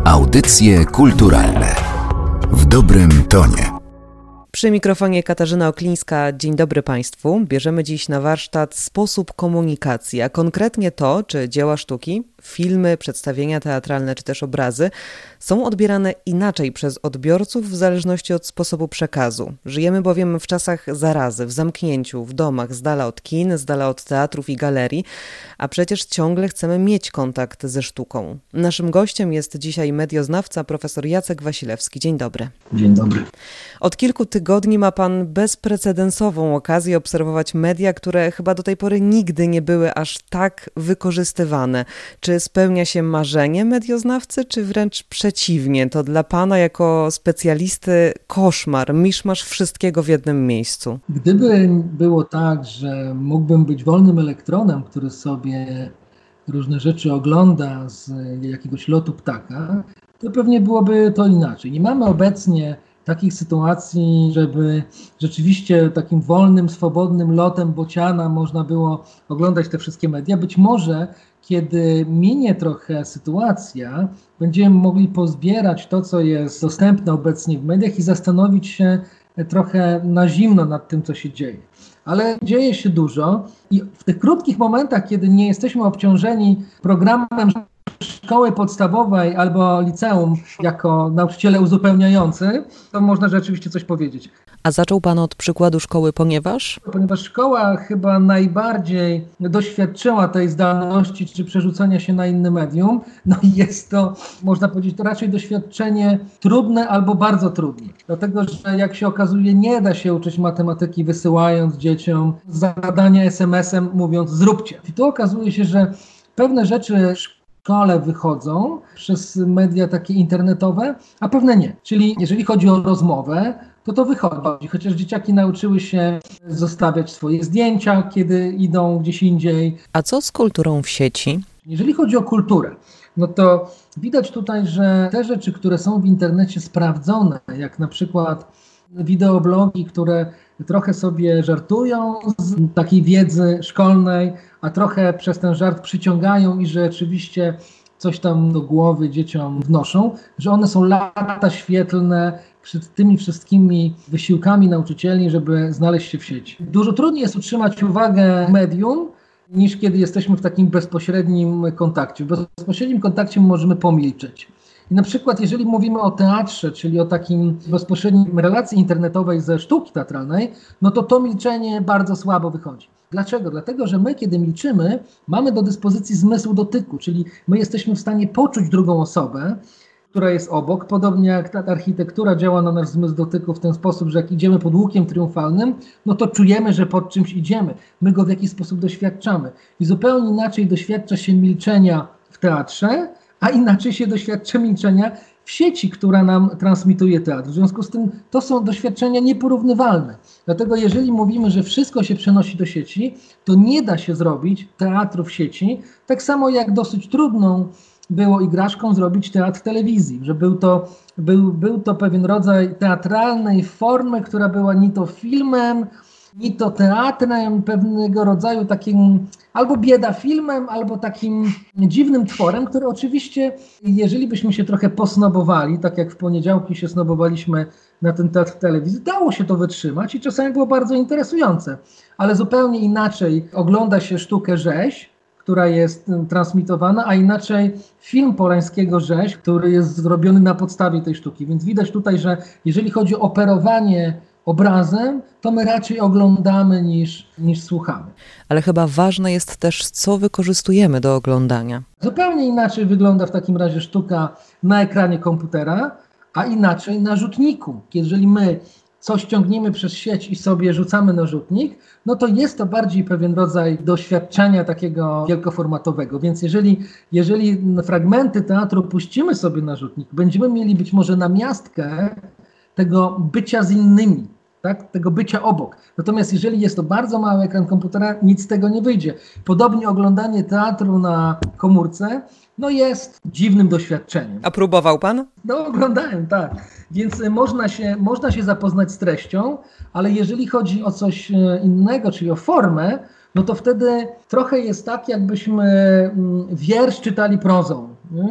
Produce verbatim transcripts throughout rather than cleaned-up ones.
Audycje kulturalne w dobrym tonie. Przy mikrofonie Katarzyna Oklińska. Dzień dobry Państwu. Bierzemy dziś na warsztat sposób komunikacji, a konkretnie to, czy dzieła sztuki, filmy, przedstawienia teatralne czy też obrazy są odbierane inaczej przez odbiorców w zależności od sposobu przekazu. Żyjemy bowiem w czasach zarazy, w zamknięciu, w domach, z dala od kin, z dala od teatrów i galerii, a przecież ciągle chcemy mieć kontakt ze sztuką. Naszym gościem jest dzisiaj medioznawca profesor Jacek Wasilewski. Dzień dobry. Dzień dobry. Od kilku tygodni ma Pan bezprecedensową okazję obserwować media, które chyba do tej pory nigdy nie były aż tak wykorzystywane. Czy spełnia się marzenie medioznawcy, czy wręcz przeciwnie? To dla Pana jako specjalisty koszmar, miszmasz wszystkiego w jednym miejscu. Gdyby było tak, że mógłbym być wolnym elektronem, który sobie różne rzeczy ogląda z jakiegoś lotu ptaka, to pewnie byłoby to inaczej. Nie mamy obecnie takich sytuacji, żeby rzeczywiście takim wolnym, swobodnym lotem bociana można było oglądać te wszystkie media. Być może, kiedy minie trochę sytuacja, będziemy mogli pozbierać to, co jest dostępne obecnie w mediach i zastanowić się trochę na zimno nad tym, co się dzieje. Ale dzieje się dużo i w tych krótkich momentach, kiedy nie jesteśmy obciążeni programem szkoły podstawowej albo liceum jako nauczyciele uzupełniający, to można rzeczywiście coś powiedzieć. A zaczął Pan od przykładu szkoły, ponieważ? Ponieważ szkoła chyba najbardziej doświadczyła tej zdolności czy przerzucenia się na inne medium, no i jest to, można powiedzieć, to raczej doświadczenie trudne albo bardzo trudne. Dlatego, że jak się okazuje, nie da się uczyć matematyki wysyłając dzieciom zadania es em esem, mówiąc zróbcie. I tu okazuje się, że pewne rzeczy w szkole wychodzą przez media takie internetowe, a pewne nie. Czyli jeżeli chodzi o rozmowę, to to wychodzi, chociaż dzieciaki nauczyły się zostawiać swoje zdjęcia, kiedy idą gdzieś indziej. A co z kulturą w sieci? Jeżeli chodzi o kulturę, no to widać tutaj, że te rzeczy, które są w internecie sprawdzone, jak na przykład wideoblogi, które trochę sobie żartują z takiej wiedzy szkolnej, a trochę przez ten żart przyciągają i rzeczywiście coś tam do głowy dzieciom wnoszą, że one są lata świetlne przed tymi wszystkimi wysiłkami nauczycieli, żeby znaleźć się w sieci. Dużo trudniej jest utrzymać uwagę medium, niż kiedy jesteśmy w takim bezpośrednim kontakcie. W bezpośrednim kontakcie możemy pomilczeć. I na przykład jeżeli mówimy o teatrze, czyli o takim bezpośrednim relacji internetowej ze sztuki teatralnej, no to to milczenie bardzo słabo wychodzi. Dlaczego? Dlatego, że my, kiedy milczymy, mamy do dyspozycji zmysł dotyku, czyli my jesteśmy w stanie poczuć drugą osobę, która jest obok, podobnie jak ta architektura działa na nasz zmysł dotyku w ten sposób, że jak idziemy pod łukiem triumfalnym, no to czujemy, że pod czymś idziemy. My go w jakiś sposób doświadczamy. I zupełnie inaczej doświadcza się milczenia w teatrze, a inaczej się doświadcza milczenia w sieci, która nam transmituje teatr. W związku z tym to są doświadczenia nieporównywalne. Dlatego jeżeli mówimy, że wszystko się przenosi do sieci, to nie da się zrobić teatru w sieci, tak samo jak dosyć trudną było igraszką zrobić teatr telewizji, że był to, był, był to pewien rodzaj teatralnej formy, która była ni to filmem, ni to teatrem, pewnego rodzaju takim albo bieda filmem, albo takim dziwnym tworem, który oczywiście, jeżeli byśmy się trochę posnobowali, tak jak w poniedziałki się snobowaliśmy na ten teatr telewizji, dało się to wytrzymać i czasami było bardzo interesujące, ale zupełnie inaczej ogląda się sztukę rzeź, która jest transmitowana, a inaczej film Polańskiego Rzeź, który jest zrobiony na podstawie tej sztuki. Więc widać tutaj, że jeżeli chodzi o operowanie obrazem, to my raczej oglądamy niż, niż słuchamy. Ale chyba ważne jest też, co wykorzystujemy do oglądania. Zupełnie inaczej wygląda w takim razie sztuka na ekranie komputera, a inaczej na rzutniku. Jeżeli my coś ściągniemy przez sieć i sobie rzucamy na rzutnik, no to jest to bardziej pewien rodzaj doświadczenia takiego wielkoformatowego. Więc jeżeli, jeżeli fragmenty teatru puścimy sobie na rzutnik, będziemy mieli być może namiastkę tego bycia z innymi, tak? Tego bycia obok. Natomiast jeżeli jest to bardzo mały ekran komputera, nic z tego nie wyjdzie. Podobnie oglądanie teatru na komórce no jest dziwnym doświadczeniem. A próbował Pan? No oglądałem, tak. Więc można się, można się zapoznać z treścią, ale jeżeli chodzi o coś innego, czyli o formę, no to wtedy trochę jest tak, jakbyśmy wiersz czytali prozą. Nie?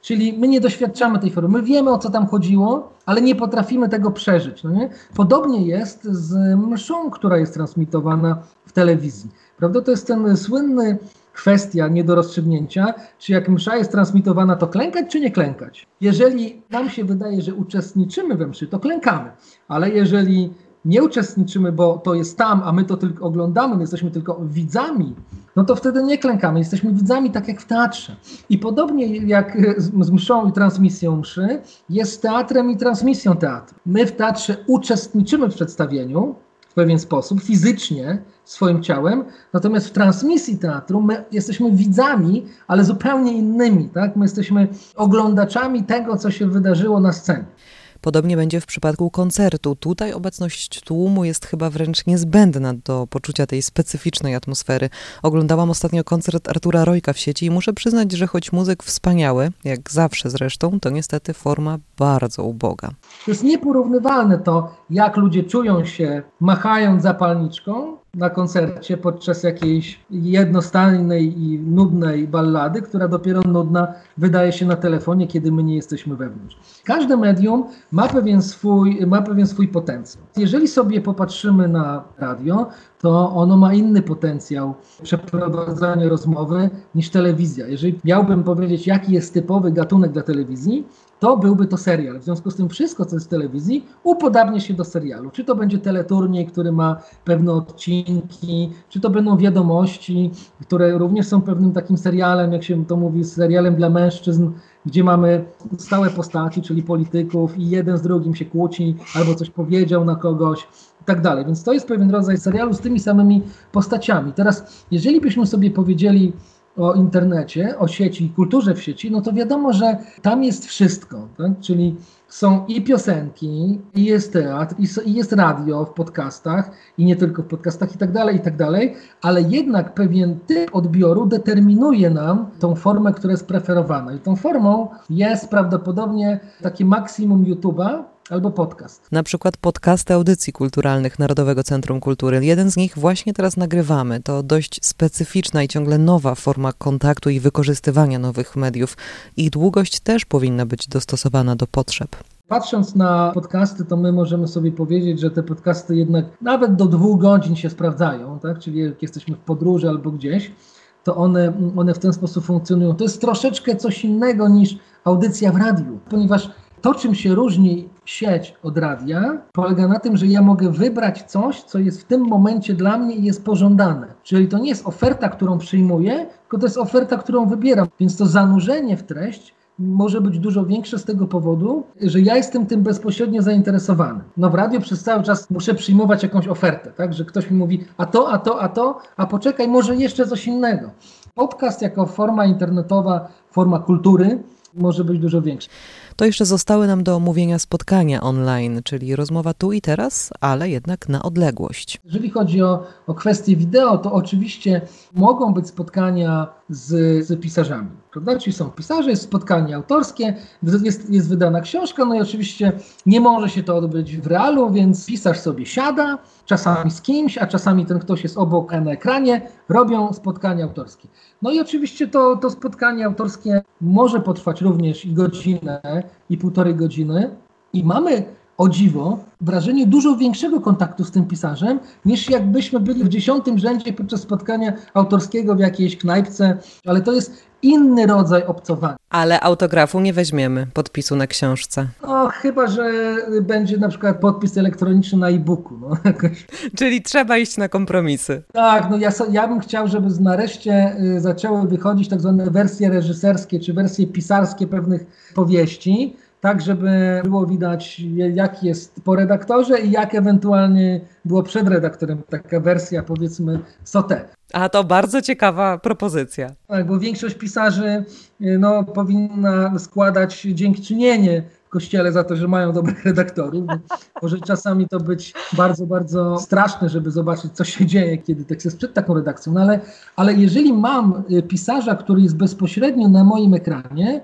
Czyli my nie doświadczamy tej formy. My wiemy, o co tam chodziło, ale nie potrafimy tego przeżyć. No nie? Podobnie jest z mszą, która jest transmitowana w telewizji. Prawda? To jest ten słynny kwestia nie do rozstrzygnięcia, czy jak msza jest transmitowana, to klękać, czy nie klękać. Jeżeli nam się wydaje, że uczestniczymy we mszy, to klękamy. Ale jeżeli nie uczestniczymy, bo to jest tam, a my to tylko oglądamy, my jesteśmy tylko widzami, no to wtedy nie klękamy, jesteśmy widzami tak jak w teatrze. I podobnie jak z mszą i transmisją mszy, jest z teatrem i transmisją teatru. My w teatrze uczestniczymy w przedstawieniu w pewien sposób, fizycznie, swoim ciałem, natomiast w transmisji teatru my jesteśmy widzami, ale zupełnie innymi, tak? My jesteśmy oglądaczami tego, co się wydarzyło na scenie. Podobnie będzie w przypadku koncertu. Tutaj obecność tłumu jest chyba wręcz niezbędna do poczucia tej specyficznej atmosfery. Oglądałam ostatnio koncert Artura Rojka w sieci i muszę przyznać, że choć muzyk wspaniały, jak zawsze zresztą, to niestety forma bardzo uboga. To jest nieporównywalne to, jak ludzie czują się machając zapalniczką na koncercie podczas jakiejś jednostajnej i nudnej ballady, która dopiero nudna wydaje się na telefonie, kiedy my nie jesteśmy wewnątrz. Każde medium ma pewien swój, ma pewien swój potencjał. Jeżeli sobie popatrzymy na radio, to ono ma inny potencjał przeprowadzania rozmowy niż telewizja. Jeżeli miałbym powiedzieć, jaki jest typowy gatunek dla telewizji, to byłby to serial. W związku z tym wszystko, co jest w telewizji, upodabnia się do serialu. Czy to będzie teleturniej, który ma pewne odcinki, czy to będą wiadomości, które również są pewnym takim serialem, jak się to mówi, serialem dla mężczyzn, gdzie mamy stałe postaci, czyli polityków i jeden z drugim się kłóci, albo coś powiedział na kogoś i tak dalej. Więc to jest pewien rodzaj serialu z tymi samymi postaciami. Teraz, jeżeli byśmy sobie powiedzieli o internecie, o sieci, kulturze w sieci, no to wiadomo, że tam jest wszystko, tak? Czyli są i piosenki, i jest teatr, i jest radio w podcastach, i nie tylko w podcastach i tak dalej, i tak dalej, ale jednak pewien typ odbioru determinuje nam tą formę, która jest preferowana. I tą formą jest prawdopodobnie takie maksimum YouTube'a, albo podcast. Na przykład podcasty audycji kulturalnych Narodowego Centrum Kultury. Jeden z nich właśnie teraz nagrywamy. To dość specyficzna i ciągle nowa forma kontaktu i wykorzystywania nowych mediów. Ich długość też powinna być dostosowana do potrzeb. Patrząc na podcasty, to my możemy sobie powiedzieć, że te podcasty jednak nawet do dwóch godzin się sprawdzają, tak? Czyli jak jesteśmy w podróży albo gdzieś, to one, one w ten sposób funkcjonują. To jest troszeczkę coś innego niż audycja w radiu, ponieważ to, czym się różni sieć od radia, polega na tym, że ja mogę wybrać coś, co jest w tym momencie dla mnie i jest pożądane. Czyli to nie jest oferta, którą przyjmuję, tylko to jest oferta, którą wybieram. Więc to zanurzenie w treść może być dużo większe z tego powodu, że ja jestem tym bezpośrednio zainteresowany. No w radiu przez cały czas muszę przyjmować jakąś ofertę, tak? Że ktoś mi mówi, a to, a to, a to, a poczekaj, może jeszcze coś innego. Podcast jako forma internetowa, forma kultury może być dużo większa. To jeszcze zostały nam do omówienia spotkania online, czyli rozmowa tu i teraz, ale jednak na odległość. Jeżeli chodzi o, o kwestie wideo, to oczywiście mogą być spotkania z, z pisarzami, prawda? Czyli są pisarze, jest spotkanie autorskie, jest, jest wydana książka, no i oczywiście nie może się to odbyć w realu, więc pisarz sobie siada, czasami z kimś, a czasami ten ktoś jest obok na ekranie, robią spotkanie autorskie. No i oczywiście to, to spotkanie autorskie może potrwać również i godzinę, i półtorej godziny i mamy, o dziwo, wrażenie dużo większego kontaktu z tym pisarzem, niż jakbyśmy byli w dziesiątym rzędzie podczas spotkania autorskiego w jakiejś knajpce, ale to jest inny rodzaj obcowania. Ale autografu nie weźmiemy, podpisu na książce. No chyba, że będzie na przykład podpis elektroniczny na e-booku. No, jakoś. Czyli trzeba iść na kompromisy. Tak, no ja, ja bym chciał, żeby nareszcie y, zaczęły wychodzić tak zwane wersje reżyserskie, czy wersje pisarskie pewnych powieści, tak żeby było widać, jaki jest po redaktorze i jak ewentualnie było przed redaktorem, taka wersja, powiedzmy, sauté. A to bardzo ciekawa propozycja. Tak, bo większość pisarzy no, powinna składać dziękczynienie w Kościele za to, że mają dobrych redaktorów. Może czasami to być bardzo, bardzo straszne, żeby zobaczyć, co się dzieje, kiedy tekst jest przed taką redakcją. No ale, ale jeżeli mam pisarza, który jest bezpośrednio na moim ekranie,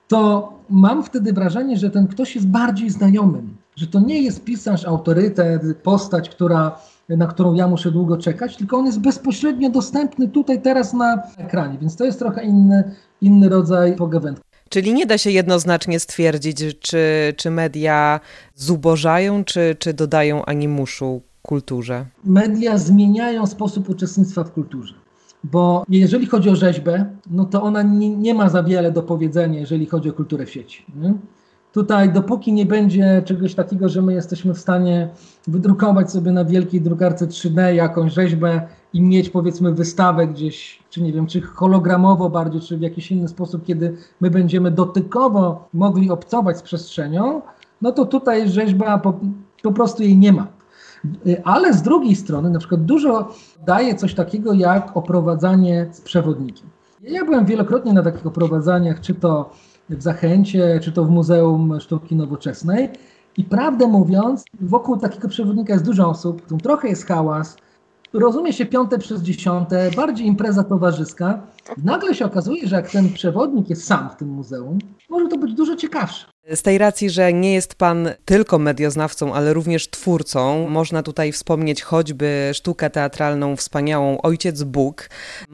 to mam wtedy wrażenie, że ten ktoś jest bardziej znajomym. Że to nie jest pisarz, autorytet, postać, która, na którą ja muszę długo czekać, tylko on jest bezpośrednio dostępny tutaj, teraz na ekranie. Więc to jest trochę inny, inny rodzaj pogawędki. Czyli nie da się jednoznacznie stwierdzić, czy, czy media zubożają, czy, czy dodają animuszu kulturze. Media zmieniają sposób uczestnictwa w kulturze. Bo jeżeli chodzi o rzeźbę, no to ona nie, nie ma za wiele do powiedzenia, jeżeli chodzi o kulturę w sieci. Nie? Tutaj dopóki nie będzie czegoś takiego, że my jesteśmy w stanie wydrukować sobie na wielkiej drukarce trzy D jakąś rzeźbę i mieć powiedzmy wystawę gdzieś, czy nie wiem, czy hologramowo bardziej, czy w jakiś inny sposób, kiedy my będziemy dotykowo mogli obcować z przestrzenią, no to tutaj rzeźba po, po prostu jej nie ma. Ale z drugiej strony na przykład dużo daje coś takiego jak oprowadzanie z przewodnikiem. Ja byłem wielokrotnie na takich oprowadzaniach, czy to w Zachęcie, czy to w Muzeum Sztuki Nowoczesnej i prawdę mówiąc, wokół takiego przewodnika jest dużo osób, trochę jest hałas, rozumie się piąte przez dziesiąte, bardziej impreza towarzyska. Nagle się okazuje, że jak ten przewodnik jest sam w tym muzeum, może to być dużo ciekawsze. Z tej racji, że nie jest pan tylko medioznawcą, ale również twórcą, można tutaj wspomnieć choćby sztukę teatralną wspaniałą Ojciec Bóg.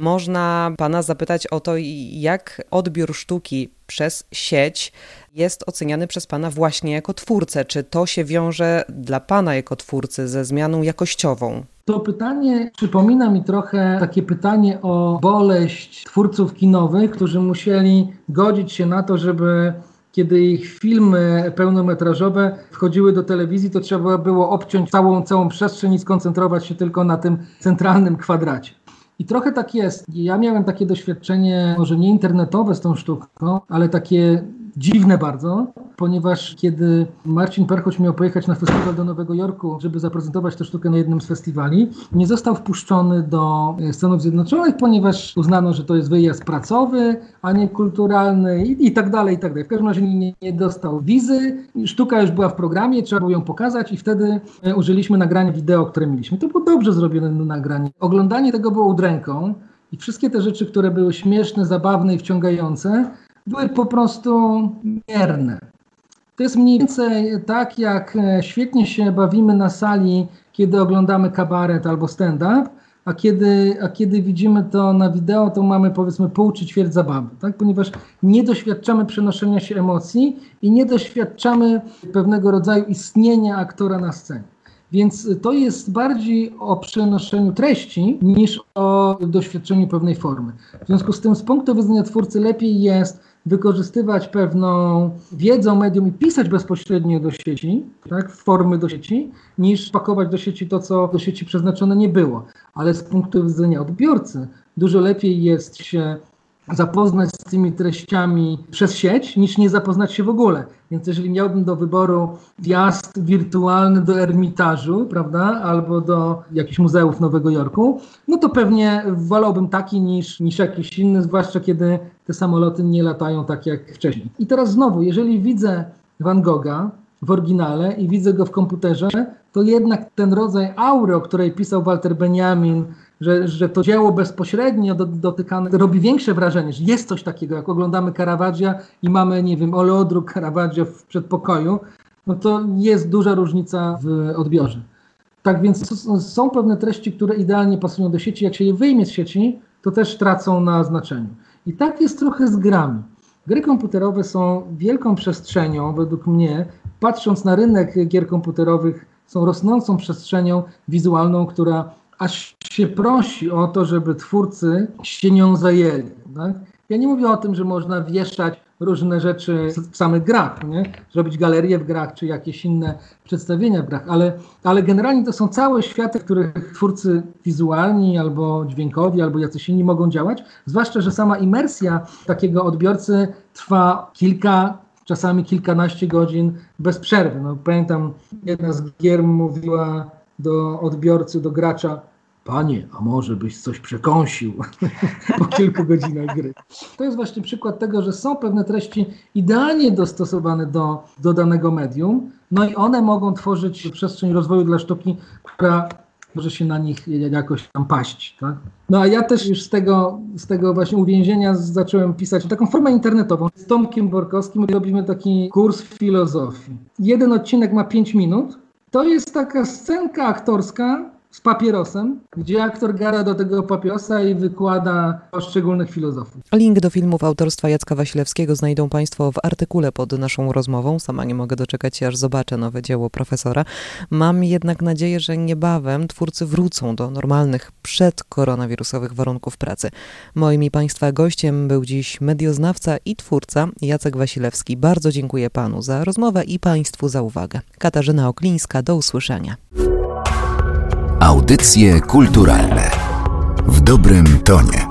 Można pana zapytać o to, jak odbiór sztuki przez sieć jest oceniany przez pana właśnie jako twórcę. Czy to się wiąże dla pana jako twórcy ze zmianą jakościową? To pytanie przypomina mi trochę takie pytanie o boleść twórców kinowych, którzy musieli godzić się na to, żeby kiedy ich filmy pełnometrażowe wchodziły do telewizji, to trzeba było obciąć całą, całą przestrzeń i skoncentrować się tylko na tym centralnym kwadracie. I trochę tak jest. Ja miałem takie doświadczenie, może nie internetowe z tą sztuką, ale takie dziwne bardzo, ponieważ kiedy Marcin Perchoć miał pojechać na festiwal do Nowego Jorku, żeby zaprezentować tę sztukę na jednym z festiwali, nie został wpuszczony do Stanów Zjednoczonych, ponieważ uznano, że to jest wyjazd pracowy, a nie kulturalny i, i tak dalej, i tak dalej. W każdym razie nie, nie dostał wizy, sztuka już była w programie, trzeba było ją pokazać i wtedy użyliśmy nagrania wideo, które mieliśmy. To było dobrze zrobione nagranie. Oglądanie tego było udręką i wszystkie te rzeczy, które były śmieszne, zabawne i wciągające, były po prostu mierne. To jest mniej więcej tak, jak świetnie się bawimy na sali, kiedy oglądamy kabaret albo stand-up, a kiedy, a kiedy widzimy to na wideo, to mamy powiedzmy pół czy ćwierć zabawy, tak? Ponieważ nie doświadczamy przenoszenia się emocji i nie doświadczamy pewnego rodzaju istnienia aktora na scenie. Więc to jest bardziej o przenoszeniu treści niż o doświadczeniu pewnej formy. W związku z tym z punktu widzenia twórcy lepiej jest wykorzystywać pewną wiedzę o medium i pisać bezpośrednio do sieci, tak, formy do sieci, niż pakować do sieci to, co do sieci przeznaczone nie było. Ale z punktu widzenia odbiorcy dużo lepiej jest się zapoznać z tymi treściami przez sieć, niż nie zapoznać się w ogóle. Więc jeżeli miałbym do wyboru wjazd wirtualny do Ermitażu, prawda, albo do jakichś muzeów Nowego Jorku, no to pewnie wolałbym taki niż, niż jakiś inny, zwłaszcza kiedy te samoloty nie latają tak jak wcześniej. I teraz znowu, jeżeli widzę Van Gogha w oryginale i widzę go w komputerze, to jednak ten rodzaj aury, o której pisał Walter Benjamin, Że, że to dzieło bezpośrednio do, dotykane robi większe wrażenie, że jest coś takiego, jak oglądamy Caravaggia i mamy, nie wiem, oleodruk Caravaggia w przedpokoju, no to jest duża różnica w odbiorze. Tak więc są pewne treści, które idealnie pasują do sieci. Jak się je wyjmie z sieci, to też tracą na znaczeniu. I tak jest trochę z grami. Gry komputerowe są wielką przestrzenią, według mnie, patrząc na rynek gier komputerowych, są rosnącą przestrzenią wizualną, która aż się prosi o to, żeby twórcy się nią zajęli. Tak? Ja nie mówię o tym, że można wieszać różne rzeczy w samych grach, nie? Zrobić galerię w grach, czy jakieś inne przedstawienia w grach, ale, ale generalnie to są całe światy, w których twórcy wizualni, albo dźwiękowi, albo jacyś inni mogą działać, zwłaszcza, że sama imersja takiego odbiorcy trwa kilka, czasami kilkanaście godzin bez przerwy. No, pamiętam, jedna z gier mówiła do odbiorcy, do gracza: panie, a może byś coś przekąsił po kilku godzinach gry. To jest właśnie przykład tego, że są pewne treści idealnie dostosowane do, do danego medium, no i one mogą tworzyć przestrzeń rozwoju dla sztuki, która może się na nich jakoś tam paść. Tak? No a ja też już z tego, z tego właśnie uwięzienia zacząłem pisać taką formę internetową. Z Tomkiem Borkowskim robimy taki kurs filozofii. Jeden odcinek ma pięć minut. To jest taka scenka aktorska, z papierosem, gdzie aktor gada do tego papierosa i wykłada poszczególnych filozofów. Link do filmów autorstwa Jacka Wasilewskiego znajdą Państwo w artykule pod naszą rozmową. Sama nie mogę doczekać się, aż zobaczę nowe dzieło profesora. Mam jednak nadzieję, że niebawem twórcy wrócą do normalnych przedkoronawirusowych warunków pracy. Moim i Państwa gościem był dziś medioznawca i twórca Jacek Wasilewski. Bardzo dziękuję Panu za rozmowę i Państwu za uwagę. Katarzyna Oklińska, do usłyszenia. Audycje kulturalne w dobrym tonie.